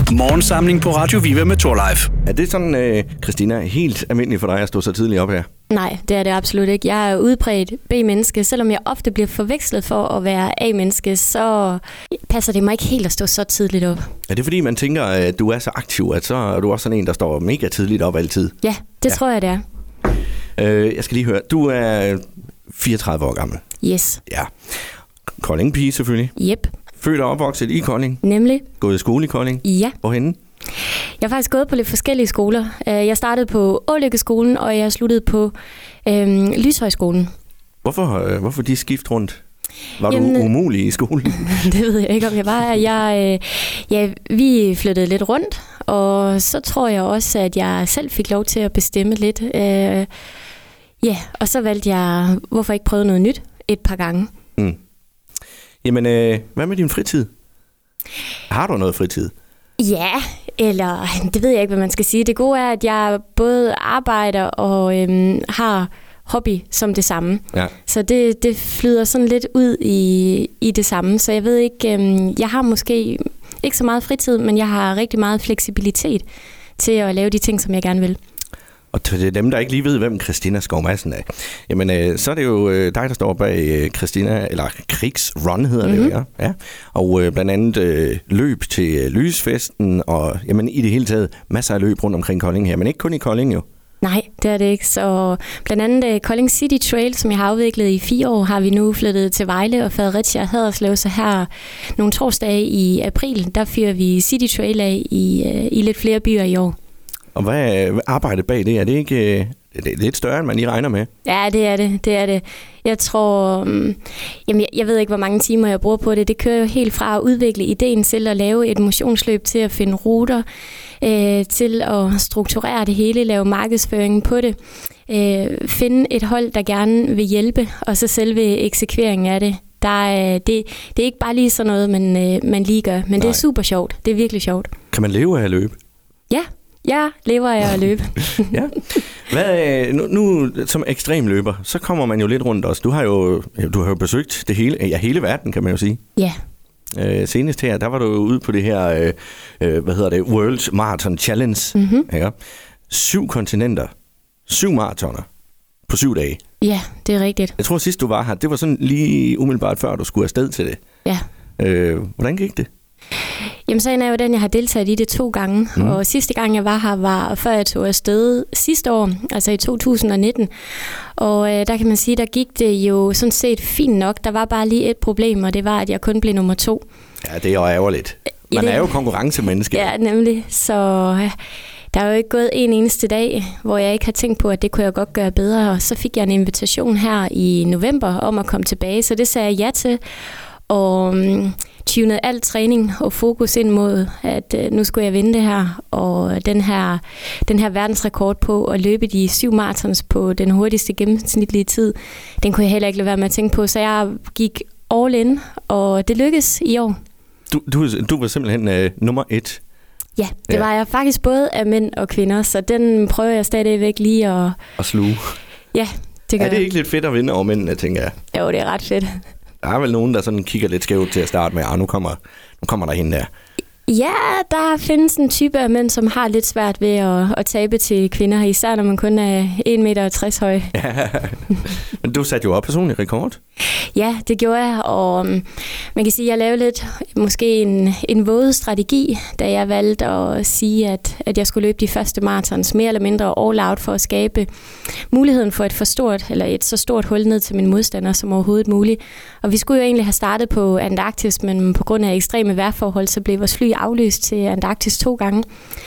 Morgensamling på Radio Viva med Torleif. Er det sådan, Christina, helt almindeligt for dig at stå så tidligt op her? Nej, det er det absolut ikke. Jeg er udbredt B-menneske. Selvom jeg ofte bliver forvekslet for at være A-menneske, så passer det mig ikke helt at stå så tidligt op. Er det fordi, man tænker, at du er så aktiv, at så er du også sådan en, der står mega tidligt op altid? Ja, det tror jeg, det er. Jeg skal lige høre, du er 34 år gammel. Yes. Ja. Kolding-pige selvfølgelig. Yep. Født og opvokset i Kolding. Nemlig. Gået i skole i Kolding. Ja. Hvorhenne? Jeg har faktisk gået på lidt forskellige skoler. Jeg startede på Ålykkeskolen, og jeg sluttede på Lyshøjskolen. Hvorfor de skift rundt? Var du umulig i skolen? Det ved jeg ikke, om jeg var. Vi flyttede lidt rundt, og så tror jeg også, at jeg selv fik lov til at bestemme lidt. Og så valgte jeg, hvorfor ikke prøve noget nyt et par gange. Mm. Jamen, hvad med din fritid? Har du noget fritid? Ja, eller det ved jeg ikke, hvad man skal sige. Det gode er, at jeg både arbejder og har hobby som det samme. Ja. Så det flyder sådan lidt ud i det samme. Så jeg ved ikke, jeg har måske ikke så meget fritid, men jeg har rigtig meget fleksibilitet til at lave de ting, som jeg gerne vil. Og til dem, der ikke lige ved, hvem Christina Skov Madsen er, jamen, så er det jo dig, der står bag Christina, eller Krigsrun hedder det jo, ja. Og blandt andet løb til Lysfesten, og jamen, i det hele taget masser af løb rundt omkring Kolding her, men ikke kun i Kolding jo. Nej, det er det ikke. Så blandt andet Kolding City Trail, som jeg har afviklet i 4 år, har vi nu flyttet til Vejle og Fredericia og Haderslev. Så her nogle torsdage i april, der fyrer vi City Trail af i lidt flere byer i år. Og hvad er arbejdet bag det? Er det ikke det er lidt større, end man lige regner med? Ja, det er det. Jeg tror... jeg ved ikke, hvor mange timer jeg bruger på det. Det kører jo helt fra at udvikle ideen til at lave et motionsløb, til at finde ruter, til at strukturere det hele, lave markedsføringen på det, finde et hold, der gerne vil hjælpe, og så selve eksekveringen af det. Det er ikke bare lige sådan noget, man lige gør, men det er super sjovt. Det er virkelig sjovt. Kan man leve af at løbe? Ja. Ja, lever jeg at løbe. Ja. Nu som ekstrem løber, så kommer man jo lidt rundt også. Du har jo besøgt det hele verden, kan man jo sige. Ja. Senest her, der var du ude på det her, World Marathon Challenge. Mm-hmm. Ja. 7 kontinenter, 7 maratoner på 7 dage. Ja, det er rigtigt. Jeg tror sidst du var her, det var sådan lige umiddelbart før du skulle afsted til det. Ja. Hvordan gik det? Jamen, sagen er jo den, jeg har deltaget i det 2 gange. Og sidste gang, jeg var her, var før jeg tog afsted sidste år, altså i 2019. Og der kan man sige, der gik det jo sådan set fint nok. Der var bare lige et problem, og det var, at jeg kun blev nummer 2. Ja, det er jo ærgerligt. Man er jo konkurrencemenneske. Ja, nemlig. Så der er jo ikke gået en eneste dag, hvor jeg ikke har tænkt på, at det kunne jeg godt gøre bedre. Og så fik jeg en invitation her i november om at komme tilbage, så det sagde jeg ja til. Og tunede al træning og fokus ind mod, at nu skulle jeg vinde det her, og den her verdensrekord på at løbe de 7 marathons på den hurtigste gennemsnitlige tid, den kunne jeg heller ikke lade være med at tænke på, så jeg gik all in, og det lykkedes i år. Du var simpelthen nummer 1. Ja, det var jeg faktisk både af mænd og kvinder, så den prøver jeg stadigvæk lige at sluge. Ja, det gør jeg. Er det ikke lidt fedt at vinde over mændene, tænker jeg? Jo, det er ret fedt. Der er vel nogen, der sådan kigger lidt skævt til at starte med, nu kommer der hende der. Ja, der findes en type af mænd, som har lidt svært ved at tabe til kvinder, især når man kun er 1,60 meter høj. Ja, men du satte jo op personlig rekord. Ja, det gjorde jeg, og man kan sige, at jeg lavede lidt måske en våget strategi, da jeg valgte at sige, at jeg skulle løbe de første marathons mere eller mindre all out for at skabe muligheden for et så stort hul ned til min modstander som overhovedet muligt. Og vi skulle jo egentlig have startet på Antarktis, men på grund af ekstreme vejrforhold, så blev vores fly aflyst til Antarktis 2 gange.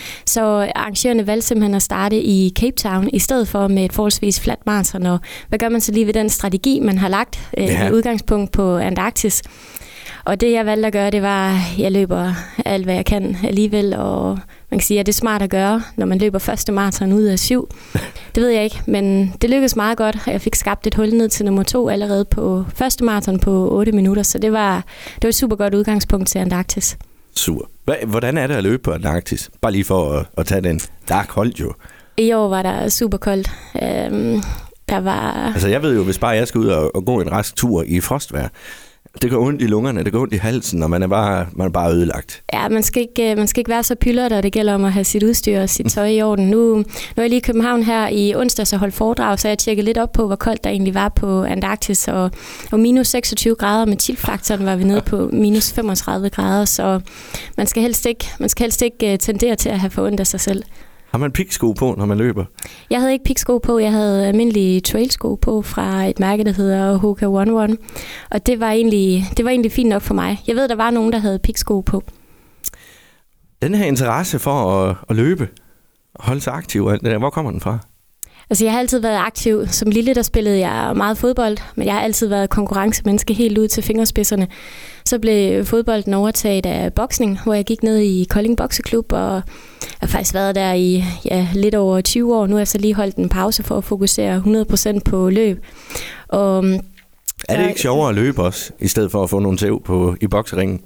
Så arrangørerne valgte simpelthen at starte i Cape Town i stedet for med et forholdsvis fladt maraton. Og hvad gør man så lige ved den strategi, man har lagt med udgangspunkt på Antarktis? Og det, jeg valgte at gøre, det var, at jeg løber alt, hvad jeg kan alligevel. Og man kan sige, at det er smart at gøre, når man løber første maraton ud af 7. Det ved jeg ikke, men det lykkedes meget godt. Jeg fik skabt et hul ned til nummer 2 allerede på første maraton på 8 minutter. Så det var et super godt udgangspunkt til Antarktis. Super. Hvordan er det at løbe på Antarktis? Bare lige for at tage den. Der er koldt jo. I år var der super koldt. Der var... Altså jeg ved jo, hvis bare jeg skal ud og gå en rask tur i frostvejr, Det gør ondt i lungerne, det gør ondt i halsen, og man er bare ødelagt. Ja, man skal ikke være så pyldret, og det gælder om at have sit udstyr og sit tøj i orden. Nu er jeg lige i København her i onsdags og holdt foredrag, så jeg tjekkede lidt op på, hvor koldt der egentlig var på Antarktis. Og minus 26 grader med chillfaktoren var vi nede på minus 35 grader, så man skal helst ikke tendere til at have for ondt af sig selv. Har man piksko på, når man løber? Jeg havde ikke piksko på. Jeg havde almindelige trailsko på fra et mærke, der hedder Hoka One One. Og det var egentlig fint nok for mig. Jeg ved, der var nogen, der havde piksko på. Den her interesse for at løbe, holde sig aktiv, hvor kommer den fra? Altså, jeg har altid været aktiv. Som lille, der spillede jeg meget fodbold, men jeg har altid været konkurrencemenneske helt ud til fingerspidserne. Så blev fodbolden overtaget af boksning, hvor jeg gik ned i Kolding Bokseklub, og jeg har faktisk været der i lidt over 20 år. Nu har jeg så lige holdt en pause for at fokusere 100% på løb. Og er det ikke sjovere at løbe også, i stedet for at få nogle tæv i bokseringen?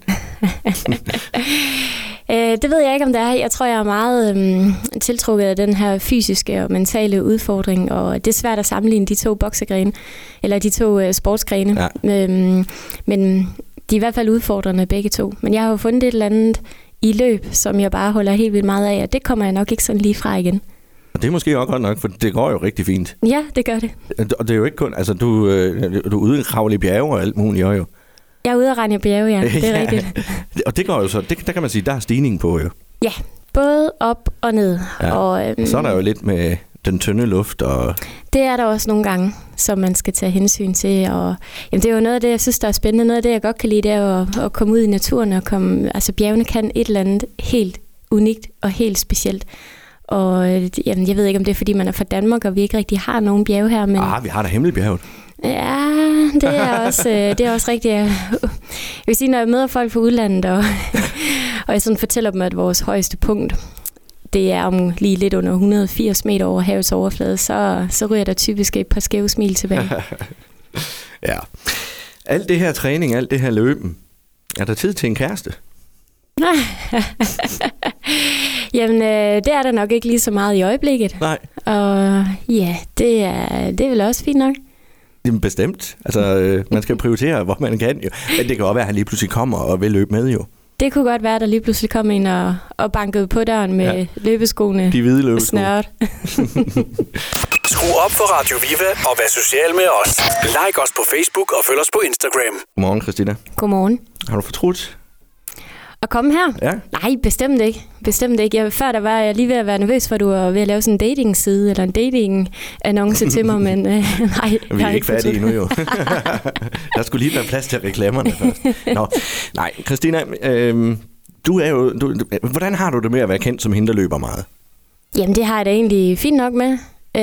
Det ved jeg ikke, om det er. Jeg tror, jeg er meget tiltrukket af den her fysiske og mentale udfordring, og det er svært at sammenligne de to boksegrene, eller de to sportsgrene. Ja. Men de er i hvert fald udfordrende begge to. Men jeg har jo fundet et eller andet i løb, som jeg bare holder helt vildt meget af, og det kommer jeg nok ikke sådan lige fra igen. Og det er måske også godt nok, for det går jo rigtig fint. Ja, det gør det. Og det er jo ikke kun, altså du er ude i kravle i bjerge og alt muligt jo. Jeg er ude at rende i bjerge, ja. Det er rigtigt. Og det går jo så, der kan man sige, der er stigning på jo. Ja, både op og ned. Ja. Og så er der jo lidt med den tynde luft. Og det er der også nogle gange, som man skal tage hensyn til. Og det er jo noget af det, jeg synes, der er spændende. Noget af det, jeg godt kan lide, det er at komme ud i naturen. Altså bjergene kan et eller andet helt unikt og helt specielt. Og jeg ved ikke, om det er, fordi man er fra Danmark, og vi ikke rigtig har nogen bjerge her. Men vi har da Himmelbjerget. Ja, det er også rigtigt. Jeg vil sige, når jeg møder folk fra udlandet, og jeg sådan fortæller dem, at vores højeste punkt, det er om lige lidt under 180 meter over havets overflade, så ryger der typisk et par skæve smil tilbage. Ja. Alt det her træning, alt det her løben, er der tid til en kæreste? Jamen, det er der nok ikke lige så meget i øjeblikket. Nej. Og ja, det er vel også fint nok. Jamen bestemt. Altså, man skal prioritere, hvor man kan jo. Men det kan også være, at han lige pludselig kommer og vil løbe med jo. Det kunne godt være, at der lige pludselig kom en og bankede på døren med løbeskoene. De hvide løbesko. Snøret. Skru op for Radio Viva og vær social med os. Like os på Facebook og følg os på Instagram. Godmorgen, Christina. Godmorgen. Har du fortrudt at komme her? Ja. Nej, bestemt ikke. Bestemt ikke. Før der var jeg lige ved at være nervøs for, at du var ved at lave sådan en dating-side eller en dating-annonce til mig, men nej. Vi er ikke færdige endnu jo. Der skulle lige være plads til reklamerne først. Nå, nej, Christina, hvordan har du det med at være kendt som hende, der løber meget? Jamen, det har jeg da egentlig fint nok med.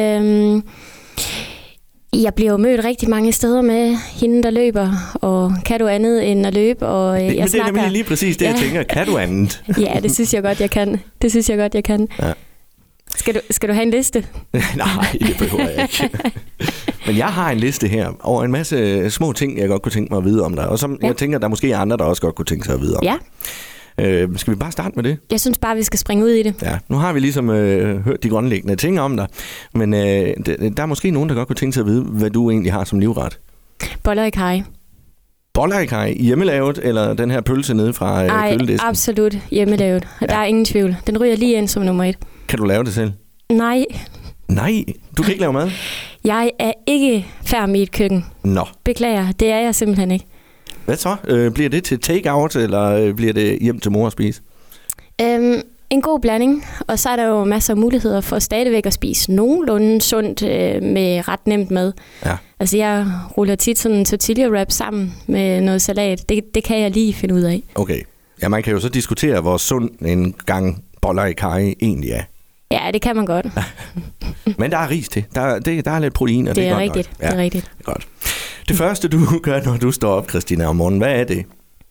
Jeg bliver jo mødt rigtig mange steder med hende, der løber, og kan du andet end at løbe? Og men det er nemlig lige præcis det, jeg tænker. Kan du andet? Ja, det synes jeg godt, jeg kan. Ja. Skal du have en liste? Nej, det behøver jeg ikke. Men jeg har en liste her over en masse små ting, jeg godt kunne tænke mig at vide om dig, og som jeg tænker, der måske er andre, der også godt kunne tænke sig at vide om. Ja. Skal vi bare starte med det? Jeg synes bare, vi skal springe ud i det. Ja, nu har vi ligesom hørt de grundlæggende ting om dig, men der er måske nogen, der godt kunne tænke sig at vide, hvad du egentlig har som livret. Boller i kaj. Boller i kaj? Hjemmelavet, eller den her pølse nede fra køledisken? Nej, absolut hjemmelavet. Ja. Der er ingen tvivl. Den ryger lige ind som nummer 1. Kan du lave det selv? Nej. Nej? Du kan ikke lave mad? Jeg er ikke færdig i et køkken. Nå. Beklager, det er jeg simpelthen ikke. Hvad så? Bliver det til take-out, eller bliver det hjem til mor at spise? En god blanding, og så er der jo masser af muligheder for stadigvæk at spise nogenlunde sundt med ret nemt mad. Ja. Altså jeg ruller tit sådan en tortilla wrap sammen med noget salat. Det kan jeg lige finde ud af. Okay. Ja, man kan jo så diskutere, hvor sund en gang boller i kaj egentlig er. Ja, det kan man godt. Men der er ris til. Der er lidt protein, og det er godt rigtigt. Ja, det er rigtigt. Godt. Det første, du gør, når du står op, Christina, om morgenen, hvad er det?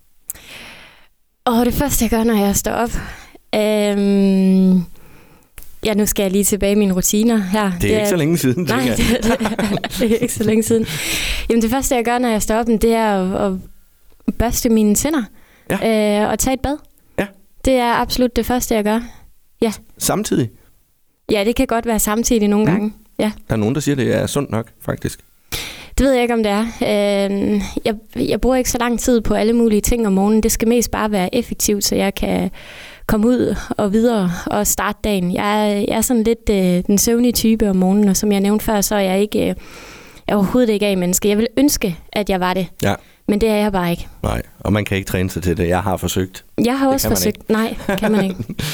Det første, jeg gør, når jeg står op... Ja, nu skal jeg lige tilbage i mine rutiner her. Det er ikke så længe siden. Nej, det er ikke så længe siden. Jamen, det første, jeg gør, når jeg står op, det er at børste mine tænder. Ja. Og tage et bad. Ja. Det er absolut det første, jeg gør. Ja. Samtidig? Ja, det kan godt være samtidig nogle gange. Ja. Der er nogen, der siger, det er sundt nok, faktisk. Det ved jeg ikke, om det er. Jeg bruger ikke så lang tid på alle mulige ting om morgenen. Det skal mest bare være effektivt, så jeg kan komme ud og videre og starte dagen. Jeg er sådan lidt den søvnige type om morgenen, og som jeg nævnte før, så er jeg overhovedet ikke A-menneske. Jeg vil ønske, at jeg var det. Ja. Men det er jeg bare ikke. Nej, og man kan ikke træne sig til det. Jeg har forsøgt. Jeg har også forsøgt. Nej, kan man ikke.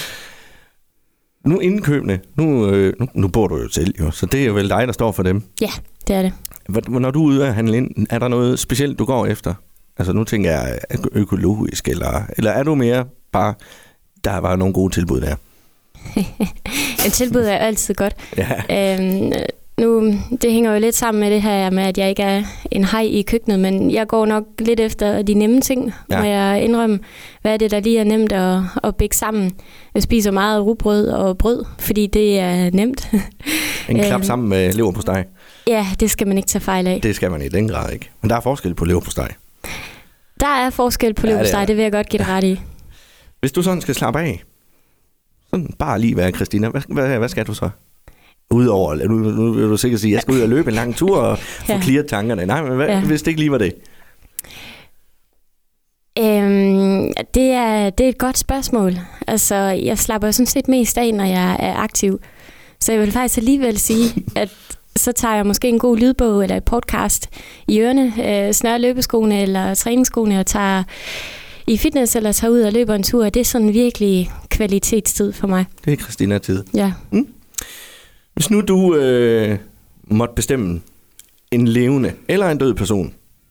Nu indkøbene, nu bor du jo selv, jo, så det er jo vel dig, der står for dem. Ja, det er det. Når du er ude at handle ind, er der noget specielt, du går efter? Altså nu tænker jeg økologisk, eller er du mere bare, der var nogle gode tilbud der? En tilbud er altid godt. Ja. Det hænger jo lidt sammen med det her med, at jeg ikke er en haj i køkkenet, men jeg går nok lidt efter de nemme ting, må jeg indrømme. Hvad er det, der lige er nemt at bække sammen? Jeg spiser meget rugbrød og brød, fordi det er nemt. En klap sammen med leverpostej? Ja, det skal man ikke tage fejl af. Det skal man i den grad ikke. Men der er forskel på leverpostej. Der er forskel på leverpostej, det vil jeg godt give dig ret i. Hvis du sådan skal slappe af, sådan bare lige være Christina, hvad skal du så? Udover, nu vil du sikkert sige, at jeg skal ud og løbe en lang tur og få clearet tankerne. Nej, men hvis det ikke lige var det? Det er et godt spørgsmål. Altså, jeg slapper sådan set mest af, når jeg er aktiv. Så jeg vil faktisk alligevel sige, at så tager jeg måske en god lydbog eller et podcast i ørene, snører løbeskoene eller træningsskoene og tager i fitness eller tager ud og løber en tur. Det er sådan virkelig kvalitetstid for mig. Det er Christina-tid. Ja. Hvis nu du måtte bestemme en levende eller en død person,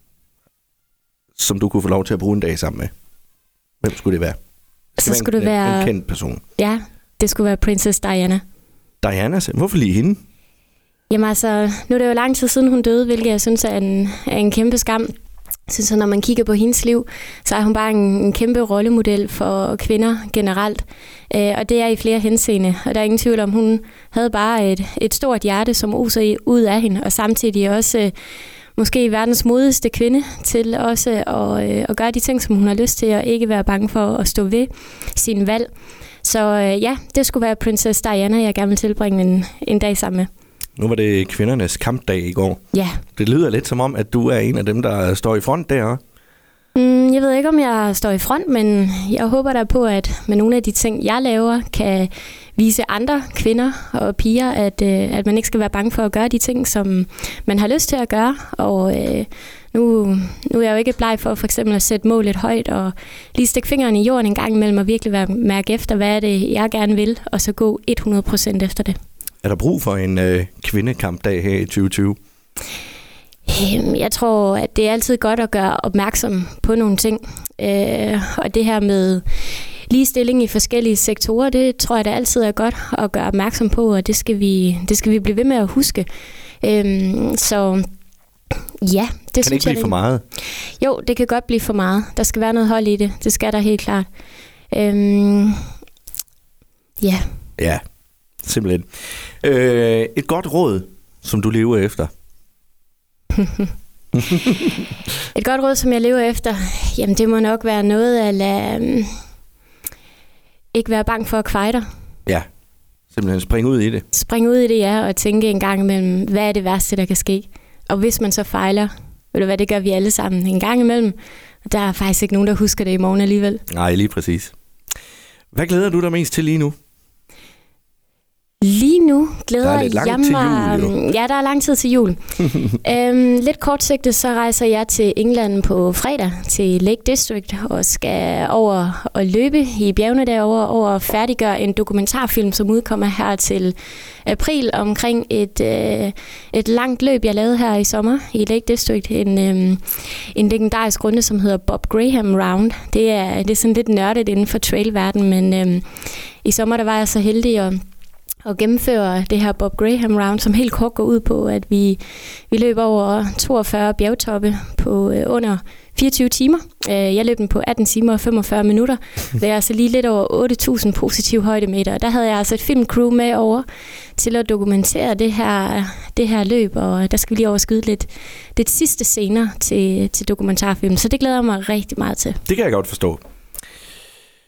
som du kunne få lov til at bruge en dag sammen med, hvem skulle det være? Så skulle det være en kendt person. Ja, det skulle være Princess Diana. Diana? Hvorfor lige hende? Jamen altså, nu er det jo lang tid siden hun døde, hvilket jeg synes er en kæmpe skam. Jeg synes, at når man kigger på hendes liv, så er hun bare en kæmpe rollemodel for kvinder generelt. Og det er i flere henseende. Og der er ingen tvivl om, hun havde bare et stort hjerte, som oser ud af hende. Og samtidig også måske verdens modigste kvinde til også at gøre de ting, som hun har lyst til, og ikke være bange for at stå ved sin valg. Så det skulle være Princess Diana, jeg gerne vil tilbringe en dag sammen med. Nu var det kvindernes kampdag i går. Ja. Det lyder lidt som om, at du er en af dem, der står i front der. Jeg ved ikke, om jeg står i front, men jeg håber da på, at med nogle af de ting, jeg laver, kan vise andre kvinder og piger, at man ikke skal være bange for at gøre de ting, som man har lyst til at gøre. Og nu er jeg jo ikke bleg for eksempel at sætte målet højt og lige stikke fingeren i jorden en gang imellem og virkelig mærke efter, hvad er det, jeg gerne vil, og så gå 100% efter det. Er der brug for en kvindekampdag her i 2020? Jeg tror, at det er altid godt at gøre opmærksom på nogle ting. Og det her med ligestilling i forskellige sektorer, det tror jeg, det altid er godt at gøre opmærksom på, og det skal vi blive ved med at huske. Så ja, det kan det ikke blive for meget? Jo, det kan godt blive for meget. Der skal være noget hold i det. Det skal der helt klart. Ja. Ja, simpelthen. Et godt råd, som du lever efter? Et godt råd, som jeg lever efter? Jamen, det må nok være noget at lade ikke være bange for at kveje dig. Ja, simpelthen springe ud i det. Springe ud i det, ja, og tænke en gang imellem, hvad er det værste, der kan ske? Og hvis man så fejler, ved du hvad, det gør vi alle sammen en gang imellem. Der er faktisk ikke nogen, der husker det i morgen alligevel. Nej, lige præcis. Hvad glæder du dig mest til lige nu? Lige nu glæder jeg mig... Ja, der er lang tid til jul. Lidt kortsigtet, så rejser jeg til England på fredag til Lake District og skal over og løbe i bjergene derovre og færdiggøre en dokumentarfilm, som udkommer her til april omkring et langt løb, jeg lavede her i sommer i Lake District. En legendarisk runde, som hedder Bob Graham Round. Det er sådan lidt nørdet inden for trailverdenen, men i sommer der var jeg så heldig at gennemføre det her Bob Graham Round, som helt kort går ud på, at vi løber over 42 bjergtoppe på under 24 timer. Jeg løb den på 18 timer og 45 minutter. Det er altså lige lidt over 8.000 positive højdemeter. Der havde jeg altså et filmcrew med over til at dokumentere det her løb, og der skal vi lige overskyde lidt sidste scener til dokumentarfilmen. Så det glæder jeg mig rigtig meget til. Det kan jeg godt forstå.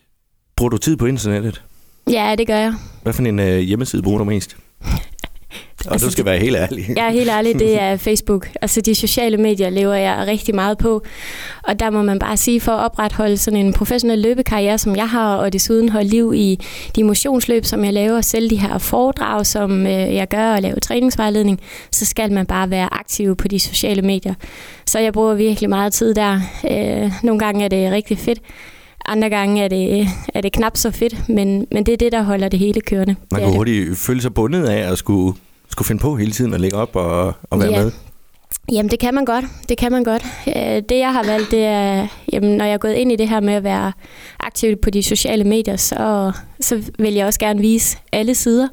Bruger du tid på internettet? Ja, det gør jeg. Hvad for en hjemmeside bruger du mest? Og du skal være helt ærlig. Jeg er helt ærlig, det er Facebook. Altså de sociale medier lever jeg rigtig meget på. Og der må man bare sige, for at opretholde sådan en professionel løbekarriere, som jeg har, og desuden holde liv i de motionsløb, som jeg laver, selv de her foredrag, som jeg gør, og lave træningsvejledning, så skal man bare være aktiv på de sociale medier. Så jeg bruger virkelig meget tid der. Nogle gange er det rigtig fedt. Andre gange er det knap så fedt, men det er det, der holder det hele kørende. Man kan hurtigt føle sig bundet af at skulle finde på hele tiden at lægge op og være med. Jamen, det kan man godt. Det, jeg har valgt, det er, når jeg er gået ind i det her med at være aktiv på de sociale medier, så vil jeg også gerne vise alle sider.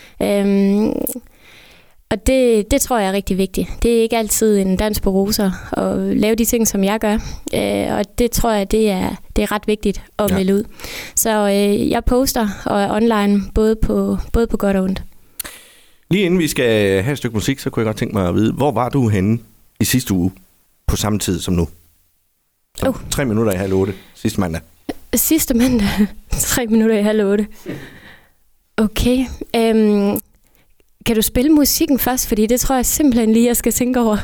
Og det tror jeg er rigtig vigtigt. Det er ikke altid en dans på roser at lave de ting, som jeg gør. Og det tror jeg, det er ret vigtigt at melde ud. Så jeg poster og er online både på godt og ondt. Lige inden vi skal have et stykke musik, så kunne jeg godt tænke mig at vide, hvor var du henne i sidste uge på samme tid som nu? 3 minutter i 7:30 sidste mandag. Sidste mandag? 3 minutter i 7:30. Okay. Kan du spille musikken først? Fordi det tror jeg simpelthen lige, jeg skal tænke over.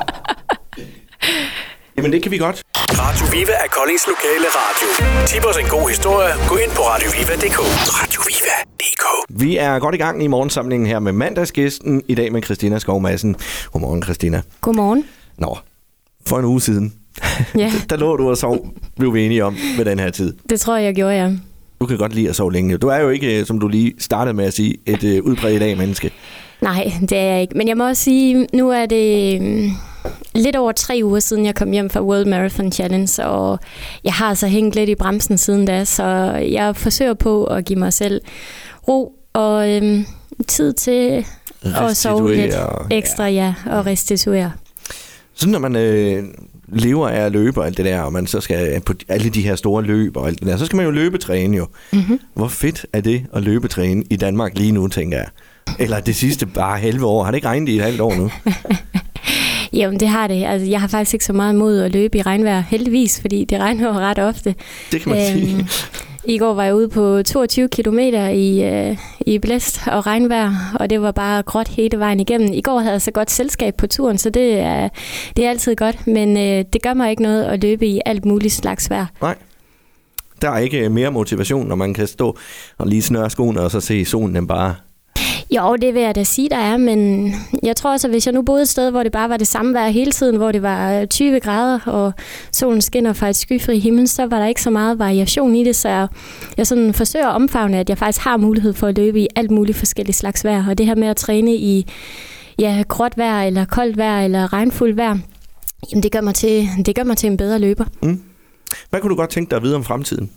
Jamen, det kan vi godt. Radio Viva er Koldings lokale radio. Tip os en god historie. Gå ind på radioviva.dk. radioviva.dk. Vi er godt i gang i morgensamlingen her med mandagsgæsten. I dag med Christina Skov Madsen. Godmorgen, Christina. Godmorgen. Nå, for en uge siden. Ja. Der lå du og sov, blev vi enige om ved den her tid. Det tror jeg gjorde, ja. Du kan godt lide at sove længe. Du er jo ikke, som du lige startede med at sige, et udbredt menneske. Nej, det er jeg ikke. Men jeg må også sige, nu er det lidt over 3 uger siden, jeg kom hjem fra World Marathon Challenge, og jeg har altså hængt lidt i bremsen siden da, så jeg forsøger på at give mig selv ro og tid til at sove lidt ekstra, og restituere. Så når man lever af at løbe og alt det der, og man så skal på alle de her store løb og alt det der, så skal man jo løbetræne jo. Mm-hmm. Hvor fedt er det at løbetræne i Danmark lige nu, tænker jeg? Eller det sidste bare halve år. Har det ikke regnet i et halvt år nu? Jamen, det har det. Altså, jeg har faktisk ikke så meget imod at løbe i regnvejr, heldigvis, fordi det regner jo ret ofte. Det kan man sige. I går var jeg ude på 22 kilometer i blæst og regnvejr, og det var bare gråt hele vejen igennem. I går havde jeg så godt selskab på turen, så det er altid godt, men det gør mig ikke noget at løbe i alt muligt slags vejr. Nej. Der er ikke mere motivation, når man kan stå og lige snøre skoene og så se solen den bare... Jo, det vil jeg da sige, der er, men jeg tror også, at hvis jeg nu boede et sted, hvor det bare var det samme vejr hele tiden, hvor det var 20 grader, og solen skinner fra et skyfri himmel, så var der ikke så meget variation i det, så jeg sådan forsøger at omfavne, at jeg faktisk har mulighed for at løbe i alt muligt forskellige slags vejr, og det her med at træne i gråt vejr, eller koldt vejr, eller regnfuld vejr, jamen det gør mig til en bedre løber. Mm. Hvad kunne du godt tænke dig at vide om fremtiden?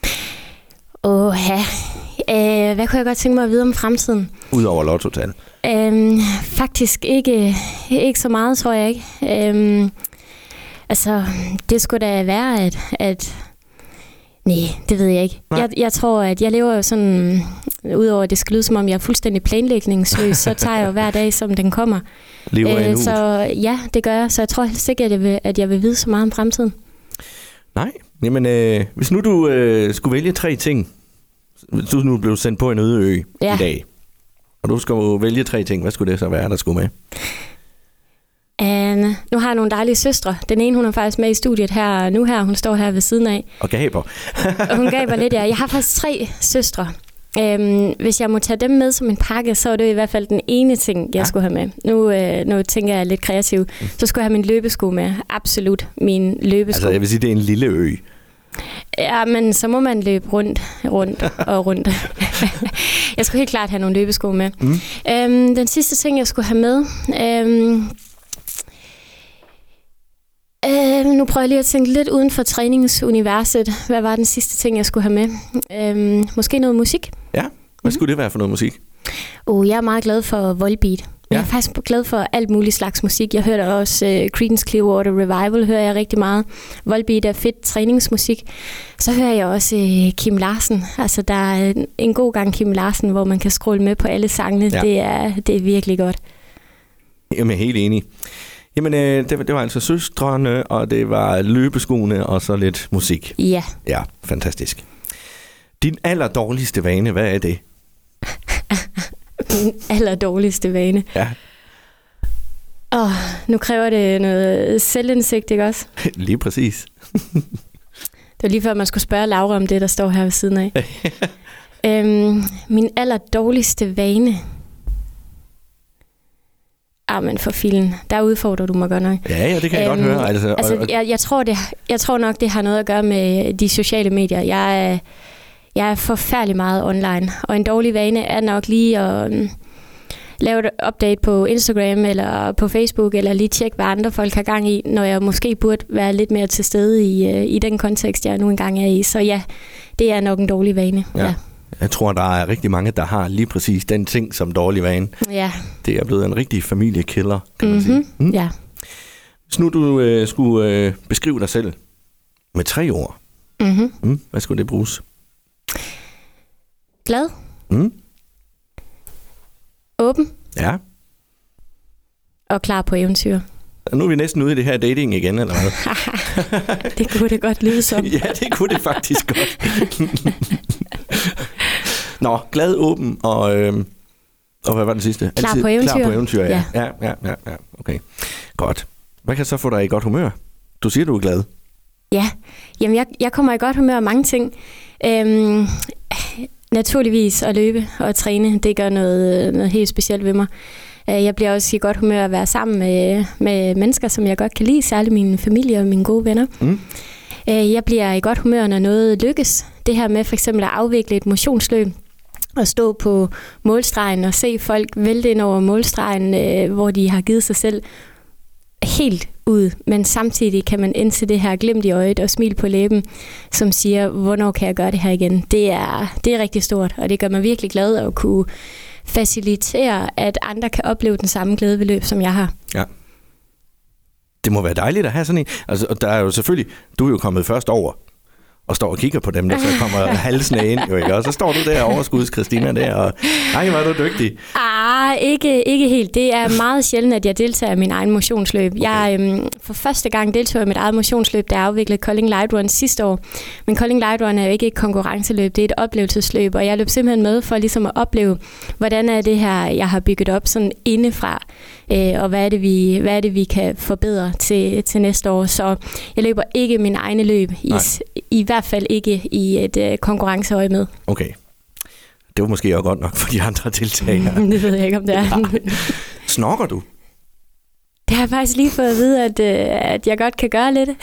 Hvad kunne jeg godt tænke mig at vide om fremtiden? Udover lottotal? Faktisk ikke så meget, tror jeg ikke. Det skulle da være, at nej, det ved jeg ikke. Jeg tror, at jeg lever jo sådan, udover at det skal lyde som om jeg er fuldstændig planlægningsløs, så tager jeg jo hver dag, som den kommer. Så ja, det gør jeg. Så jeg tror helst ikke, at jeg vil vide så meget om fremtiden. Nej, jamen hvis nu du skulle vælge 3 ting, hvis du nu blev sendt på en øde ø i dag, og du skulle vælge 3 ting, hvad skulle det så være, der skulle med? Nu har jeg nogle dejlige søstre. Den ene, hun er faktisk med i studiet her. Hun står her ved siden af. Og gaber. Og hun gaber lidt, ja. Jeg har faktisk 3 søstre. Hvis jeg må tage dem med som en pakke, så er det i hvert fald den ene ting, jeg skulle have med. Nu tænker jeg lidt kreativ. Så skulle jeg have min løbesko med. Absolut min løbesko. Altså, jeg vil sige, det er en lille ø. Ja, men så må man løbe rundt. Jeg skulle helt klart have nogle løbesko med. Den sidste ting, jeg skulle have med... nu prøver jeg lige at tænke lidt uden for træningsuniverset. Hvad var den sidste ting, jeg skulle have med? Måske noget musik? Ja, hvad skulle det være for noget musik? Jeg er meget glad for Volbeat. Jeg er faktisk glad for alt muligt slags musik. Jeg hørte også Creedence Clearwater Revival, hører jeg rigtig meget. Volbeat er fedt træningsmusik. Så hører jeg også Kim Larsen. Altså, der er en god gang Kim Larsen, hvor man kan scrolle med på alle sangene. Ja. Det er virkelig godt. Jamen, helt enig. Jamen, det var altså søstrene, og det var løbeskoene, og så lidt musik. Ja. Ja, fantastisk. Din allerdårligste vane, hvad er det? Den allerdårligste vane. Ja. Nu kræver det noget selvindsigt, ikke også? Lige præcis. Det var lige før, man skulle spørge Laura om det, der står her ved siden af. Min allerdårligste vane. Men for filen, der udfordrer du mig godt nok. Ja, det kan jeg godt høre. Jeg tror nok, det har noget at gøre med de sociale medier. Jeg er forfærdelig meget online, og en dårlig vane er nok lige at lave et update på Instagram eller på Facebook, eller lige tjekke, hvad andre folk har gang i, når jeg måske burde være lidt mere til stede i den kontekst, jeg nu engang er i. Så ja, det er nok en dårlig vane. Ja. Jeg tror, der er rigtig mange, der har lige præcis den ting som dårlig vane. Ja. Det er blevet en rigtig familiekiller, kan man sige. Ja. Hvis nu du skulle beskrive dig selv med 3 ord, hvad skulle det bruges? Glad. Åben. Ja. Og klar på eventyr. Nu er vi næsten ude i det her dating igen, eller hvad? Det kunne det godt lyde som. Ja, det kunne det faktisk godt. Nå, glad, åben og hvad var den sidste? Klar på eventyr. Klar på eventyr, ja. Ja. Ja. Okay, godt. Hvad kan så få dig i godt humør? Du siger, du er glad. Ja, jamen jeg kommer i godt humør af mange ting. Naturligvis at løbe og træne, det gør noget helt specielt ved mig. Jeg bliver også i godt humør at være sammen med mennesker, som jeg godt kan lide, særligt min familie og mine gode venner. Jeg bliver i godt humør, når noget lykkes. Det her med for eksempel at afvikle et motionsløb og stå på målstregen og se folk vælte ind over målstregen, hvor de har givet sig selv helt ud, men samtidig kan man indse det her glimt i øjet og smil på læben, som siger, hvornår kan jeg gøre det her igen? Det er rigtig stort, og det gør mig virkelig glad at kunne facilitere, at andre kan opleve den samme glæde ved løb, som jeg har. Ja. Det må være dejligt at have sådan en. Altså, der er jo selvfølgelig, du er jo kommet først over og står og kigger på dem, der så kommer halsene ind, jo ikke? Og så står du der overskuds, Christina, der, og ej, hvor er du dygtig. Ikke helt. Det er meget sjældent, at jeg deltager i min egen motionsløb. Okay. Jeg for første gang deltog i mit eget motionsløb, da jeg afviklede Kolding Light Run sidste år. Men Kolding Light Run er jo ikke et konkurrenceløb, det er et oplevelsesløb, og jeg løb simpelthen med for ligesom at opleve, hvordan er det her, jeg har bygget op sådan indefra, og hvad er det, vi kan forbedre til næste år. Så jeg løber ikke min egne løb, i hvert fald ikke i et konkurrenceøje med. Okay. Det var måske også godt nok for de andre deltagere. Det ved jeg ikke, om det er. Snorker du? Det har jeg faktisk lige fået at vide, at jeg godt kan gøre lidt.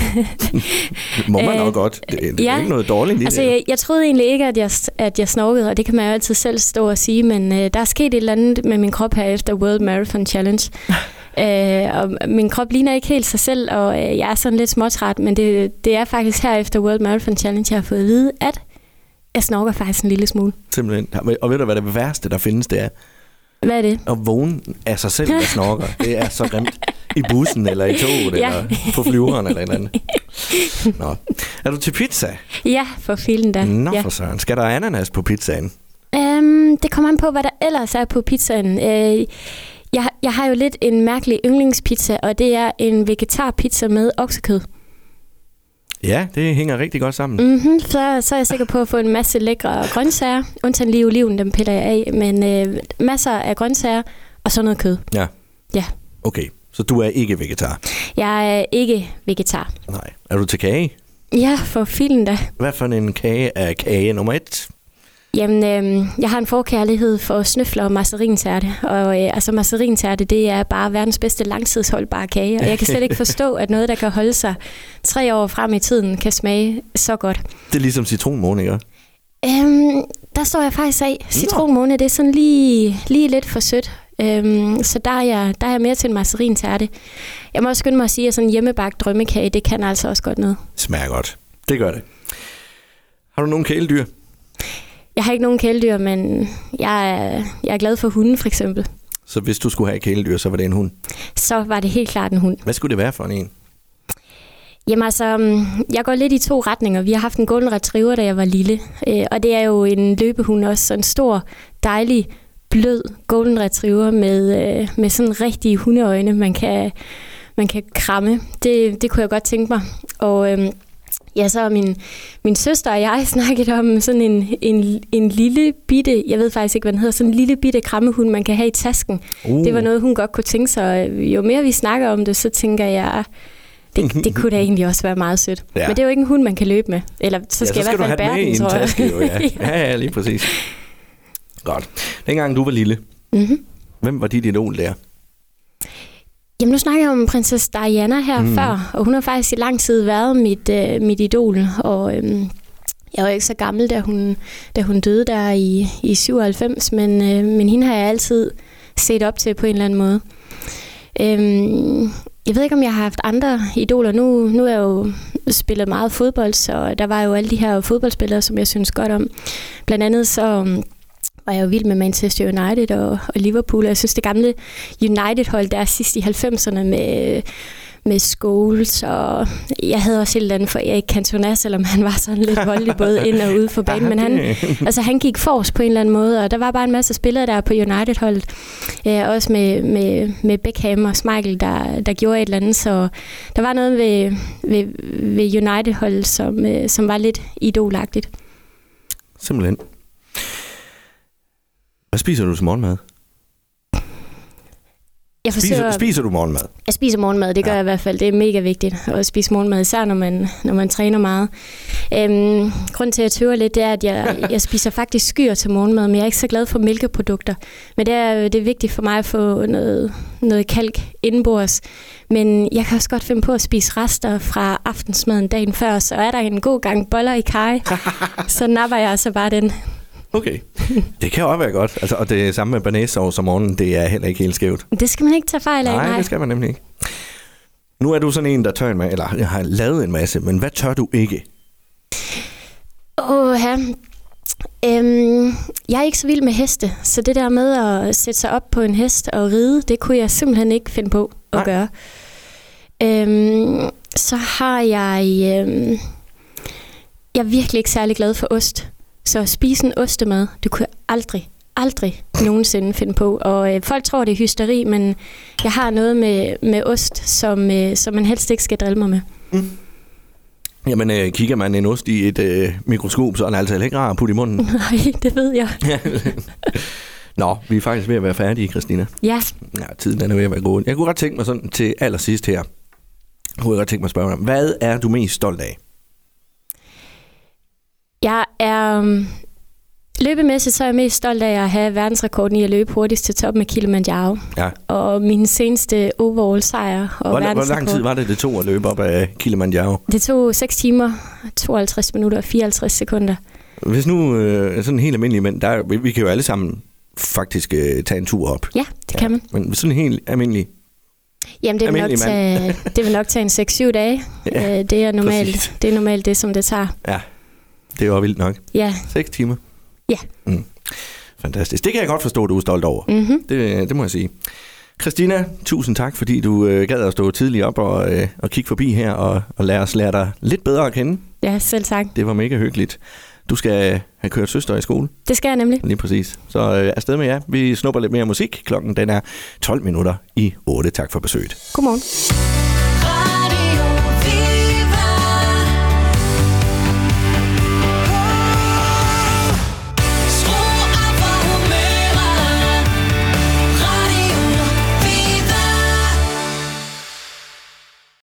Må man nok godt. Det er ikke noget dårligt. Altså, jeg troede egentlig ikke, at jeg snorkede, og det kan man jo altid selv stå og sige, men der er sket et eller andet med min krop her efter World Marathon Challenge. Og min krop ligner ikke helt sig selv, og jeg er sådan lidt småtræt, men det er faktisk her efter World Marathon Challenge, jeg har fået at vide, at jeg snorker faktisk en lille smule. Simpelthen. Og ved du, hvad det værste, der findes, det er? Hvad er det? At vågne af sig selv, der snorker. Det er så grimt. I bussen, eller i toget, eller på flyveren, eller et eller andet. Nå. Er du til pizza? Ja, for filen da. Nå, for søren. Skal der ananas på pizzaen? Det kommer an på, hvad der ellers er på pizzaen. Jeg har jo lidt en mærkelig yndlingspizza, og det er en vegetarpizza med oksekød. Ja, det hænger rigtig godt sammen. Så er jeg sikker på at få en masse lækre grøntsager. Undtagen lige oliven, dem piller jeg af. Men masser af grøntsager og så noget kød. Ja. Okay, så du er ikke vegetar? Jeg er ikke vegetar. Nej. Er du til kage? Ja, for filen da. Hvad for en kage er kage nummer 1? Jamen, jeg har en forkærlighed for snøfler og mazarin-tærte. Og altså mazarin-tærte, det er bare verdens bedste langtidsholdbare kage. Og jeg kan slet ikke forstå, at noget, der kan holde sig 3 år frem i tiden, kan smage så godt. Det er ligesom citronmåne, ikke? Der står jeg faktisk af. Citronmåne, det er sådan lige lidt for sødt. Så der er jeg mere til en mazarin-tærte. Jeg må også skynde mig at sige, at sådan en hjemmebagt drømmekage, det kan altså også godt noget. Smager godt. Det gør det. Har du nogle kæledyr? Jeg har ikke nogen kæledyr, men jeg er glad for hunden, for eksempel. Så hvis du skulle have et kæledyr, så var det en hund? Så var det helt klart en hund. Hvad skulle det være for en? Jamen altså, jeg går lidt i 2 retninger. Vi har haft en golden retriever, da jeg var lille. Og det er jo en løbehund også. Så en stor, dejlig, blød golden retriever med sådan rigtige hundeøjne, man kan kramme. Det kunne jeg godt tænke mig. Og Ja, så min søster og jeg snakket om sådan en lille bitte, jeg ved faktisk ikke, hvad den hedder, sådan en lille bitte krammehund, man kan have i tasken. Det var noget, hun godt kunne tænke sig. Jo mere vi snakker om det, så tænker jeg, det kunne da egentlig også være meget sødt. Ja. Men det er jo ikke en hund, man kan løbe med. Eller så skal jeg i hvert fald bære den, tror jeg. Taske, jo, ja. Ja, lige præcis. Godt. Dengang du var lille, hvem var dit idol der? Jamen, nu snakker jeg om prinsesse Diana her før, og hun har faktisk i lang tid været mit idol, og jeg var ikke så gammel, da hun døde der i 97, men hende har jeg altid set op til på en eller anden måde. Jeg ved ikke, om jeg har haft andre idoler. Nu er jeg jo spillet meget fodbold, så der var jo alle de her fodboldspillere, som jeg synes godt om. Blandt andet så var jeg jo vild med Manchester United og Liverpool. Jeg synes, det gamle United-hold der sidst i 90'erne med Scholes, og jeg havde også et eller andet for Erik Cantona, selvom han var sådan lidt voldelig både ind og ude for banen, men han gik forrest på en eller anden måde, og der var bare en masse spillere der på United-holdet, også med Beckham og Schmeichel, der gjorde et eller andet, så der var noget ved United-holdet, som var lidt idolagtigt. Simpelthen. Hvad spiser du til morgenmad? Spiser du morgenmad? Jeg spiser morgenmad, det gør jeg i hvert fald. Det er mega vigtigt at spise morgenmad, især når man træner meget. Grunden til, at jeg tøver lidt, det er, at jeg spiser faktisk skyr til morgenmad, men jeg er ikke så glad for mælkeprodukter. Men det er vigtigt for mig at få noget kalk indenbords. Men jeg kan også godt finde på at spise rester fra aftensmaden dagen før, så er der en god gang boller i kaj, så napper jeg altså bare den. Okay, det kan også være godt. Altså, og det samme med banæssauce om morgenen, det er heller ikke helt skævt. Det skal man ikke tage fejl af, nej. Det skal man nemlig ikke. Nu er du sådan en, der tør en masse, eller jeg har lavet en masse, men hvad tør du ikke? Jeg er ikke så vild med heste, så det der med at sætte sig op på en hest og ride, det kunne jeg simpelthen ikke finde på at gøre. Så har jeg er virkelig ikke særlig glad for ost. Så at spise en ostemad, det kunne jeg aldrig nogensinde finde på. Og folk tror, det er hysteri, men jeg har noget med ost, som man helst ikke skal drille mig med. Jamen, kigger man en ost i et mikroskop, så er den altså ikke rar at putte i munden. Nej, det ved jeg. Nå, vi er faktisk ved at være færdige, Christina. Ja. Ja, tiden er ved at være gået. Jeg kunne godt tænke mig sådan til allersidst her. Spørge dig, hvad er du mest stolt af? Jeg er løbemæssigt, så er jeg mest stolt af at have verdensrekorden i at løbe hurtigst til toppen af Kilimanjaro. Ja. Og min seneste overall sejr og verdensrekord. Hvor lang tid var det tog at løbe op af Kilimanjaro? Det tog 6 timer, 52 minutter og 54 sekunder. Hvis nu sådan helt almindelige mænd, vi kan jo alle sammen faktisk tage en tur op. Ja, det kan man. Men sådan helt almindelig. Jamen, det vil nok tage en 6-7 dage. Ja, det er normalt det, som det tager. Ja. Det er jo vildt nok. Ja. 6 timer. Ja. Fantastisk. Det kan jeg godt forstå, at du er stolt over. Det må jeg sige. Christina, tusind tak, fordi du gad at stå tidligt op og kigge forbi her og lære dig lidt bedre at kende. Ja, selv tak. Det var mega hyggeligt. Du skal have kørt søster i skole. Det skal jeg nemlig. Lige præcis. Så afsted med jer. Vi snupper lidt mere musik. Klokken den er 12 minutter i 8. Tak for besøget. Godmorgen.